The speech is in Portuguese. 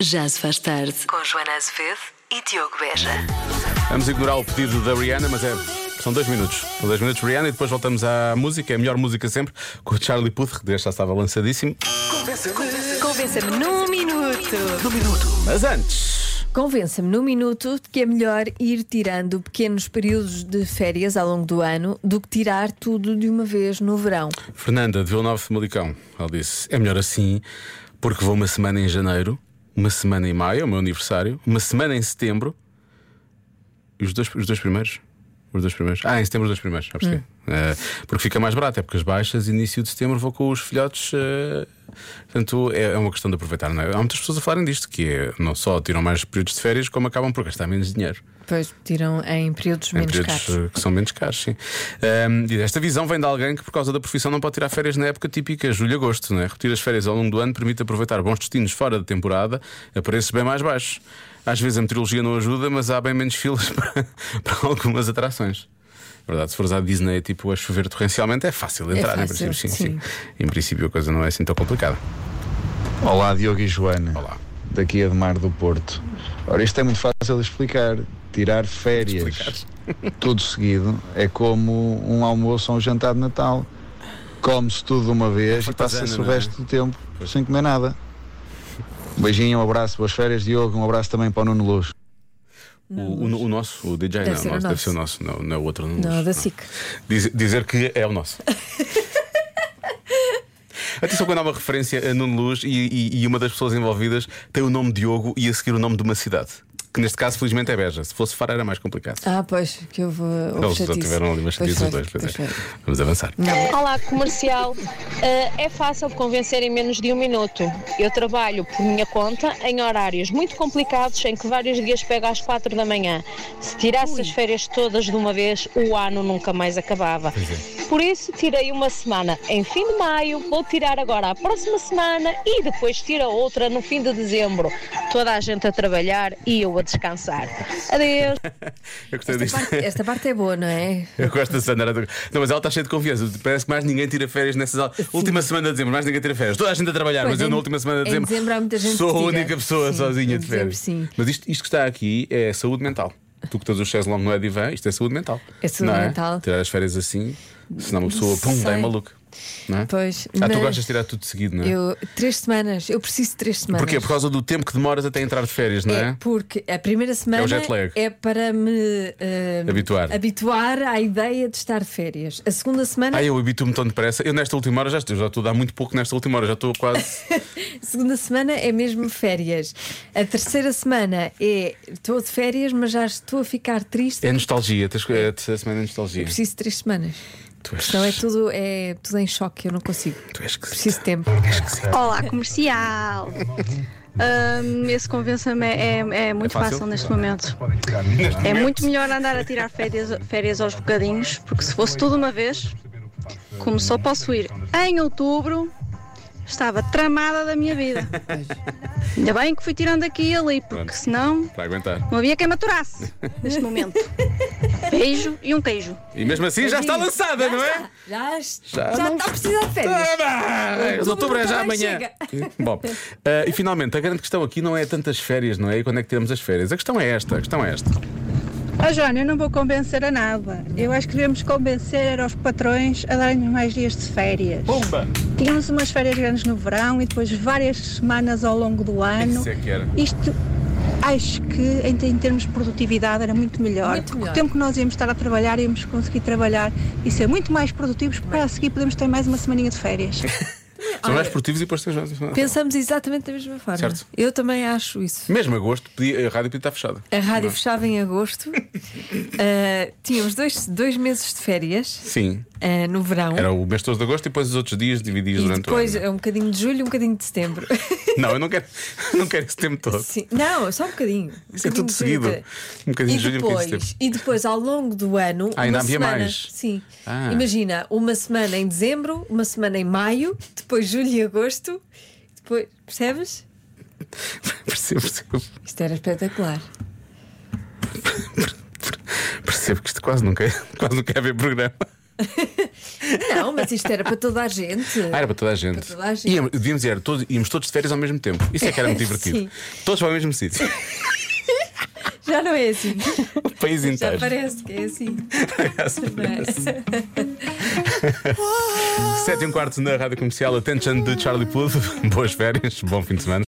Já se faz tarde. Com Joana Azevedo e Diogo Beja. Vamos ignorar o pedido da Rihanna, mas são 2 minutos. São 2 minutos Rihanna e depois voltamos à música. É a melhor música sempre, com o Charlie Puth, que já estava lançadíssimo. Convença-me num minuto. Mas antes, Convença-me num minuto de que é melhor ir tirando pequenos períodos de férias ao longo do ano do que tirar tudo de uma vez no verão. Fernanda de Vila Nova de Famalicão, ela disse: é melhor assim, porque vou uma semana em janeiro, uma semana em maio, é o meu aniversário, uma semana em setembro. E os dois primeiros? Os 2 primeiros? Em setembro os 2 primeiros, já percebi. Porque fica mais barato, épocas baixas, início de setembro vou com os filhotes. Portanto, é uma questão de aproveitar, não é? Há muitas pessoas a falarem disto, que não só tiram mais períodos de férias, como acabam por gastar menos dinheiro. Depois tiram em períodos Em menos períodos caros. que são menos caros, sim. E esta visão vem de alguém que, por causa da profissão, não pode tirar férias na época típica, julho e agosto, não é? Repetir as férias ao longo do ano permite aproveitar bons destinos fora da temporada a preços bem mais baixos. Às vezes a meteorologia não ajuda, mas há bem menos filas para algumas atrações. Verdade, se fores à Disney, tipo, a chover torrencialmente, é fácil entrar, em fácil, princípio. sim. Em princípio a coisa não é assim tão complicada. Olá, Diogo e Joana. Olá. Daqui a Mar do Porto. Ora, isto é muito fácil de explicar. Tirar férias tudo seguido é como um almoço ou um jantar de Natal. Come-se tudo de uma vez e passa-se o resto do tempo sem comer nada. Um beijinho, um abraço, boas férias, Diogo. Um abraço também para o Nuno Luz. O nosso, o DJ Deve ser o deve ser o nosso. nosso, não é o outro. Não, da SIC. Dizer que é o nosso. Atenção quando há uma referência a Nuno Luz e uma das pessoas envolvidas tem o nome Diogo e a seguir o nome de uma cidade. Que neste caso, felizmente, é Beja. Se fosse Faro era mais complicado. Pois, que eu vou. Eles já tiveram ali umas chatices os dois. Pois é. Vamos avançar. Olá, comercial. É fácil de convencer em menos de um minuto. Eu trabalho por minha conta em horários muito complicados em que vários dias pego às 4 da manhã. Se tirasse as férias todas de uma vez, o ano nunca mais acabava. Por isso, tirei uma semana em fim de maio, vou tirar agora a próxima semana e depois tiro outra no fim de dezembro. Toda a gente a trabalhar e eu a descansar. Adeus. Eu gostei disto. Esta parte é boa, não é? Eu gosto da Sandra. Não, mas ela está cheia de confiança. Parece que mais ninguém tira férias nessas última semana de dezembro. Mais ninguém tira férias. Toda a gente a trabalhar, Pois, mas eu na última semana de em dezembro dezembro há muita gente sou a que tira. única pessoa Sim, sozinha em de dezembro, férias. sim. Mas isto que está aqui é saúde mental. Tu que todos os chés long no é divã, isto é saúde mental. É saúde não mental. Tirar as férias assim, senão uma pessoa Sei. dá maluca. Não é? Pois. Tu mas gostas de tirar tudo de seguido, não é? 3 semanas. Eu preciso de 3 semanas. Porquê? Por causa do tempo que demoras até entrar de férias, não é? Porque a primeira semana É o jet lag. é para me Habituar à ideia de estar de férias. A segunda semana, Eu habituo-me tão depressa. Eu nesta última hora já estou a dar muito pouco nesta última hora, já estou quase. a segunda semana é mesmo férias. A terceira semana estou de férias, mas já estou a ficar triste. É nostalgia, a terceira semana é nostalgia. Eu preciso de 3 semanas. Tu és... Então é tudo em choque, eu não consigo. Tu és que... Preciso de tempo. Olá, comercial. Esse convença-me é muito fácil? fácil neste momento. É muito melhor andar a tirar férias aos bocadinhos, porque se fosse tudo uma vez, como só posso ir em outubro, estava tramada da minha vida. Ainda bem que fui tirando aqui e ali, porque Pronto. senão Para aguentar. não havia quem me aturasse neste momento. Beijo e um queijo. E mesmo assim já está lançada, não é? Já não- está a precisar de férias. Outubro é já também amanhã. Bom, e finalmente, a grande questão aqui não é tantas férias, não é? E quando é que tiramos as férias? A questão é esta. Joana, eu não vou convencer a nada. Eu acho que devemos convencer aos patrões a darem-nos mais dias de férias. Pumba! Tínhamos umas férias grandes no verão e depois várias semanas ao longo do ano. Isso é que era. Isto acho que em termos de produtividade era muito melhor. Muito Porque melhor. o tempo que nós íamos estar a trabalhar, íamos conseguir trabalhar e ser muito mais produtivos para a seguir podemos ter mais uma semaninha de férias. São mais produtivos e depois tens mais. Pensamos exatamente da mesma forma. Certo. Eu também acho isso. Mesmo agosto, a rádio podia estar fechada. A rádio Não é? fechava em agosto. Tínhamos dois meses de férias Sim. no verão. Era o mês todo de agosto e depois os outros dias divididos E durante depois o ano. um bocadinho de julho e um bocadinho de setembro. Não, eu não quero esse tempo todo. Sim. Não, só um bocadinho. Isso é tudo bocadinho de seguido. julho. Um bocadinho E de julho e um bocadinho de depois, setembro. e depois, ao longo do ano, ainda uma havia semana, mais. Sim. Ah. Imagina, uma semana em dezembro, uma semana em maio, depois julho e agosto. Depois, percebes? Percebo. Isto era espetacular. Percebo que isto quase nunca é haver programa. Não, mas isto era para toda a gente. Era para toda a gente. Para toda a gente. Íamos todos de férias ao mesmo tempo. Isso é que era muito divertido. Sim. Todos para o mesmo sítio. Já não é assim. O país Já inteiro. parece que é assim. 7h15 na Rádio Comercial. Attention de Charlie Puth. Boas férias, bom fim de semana.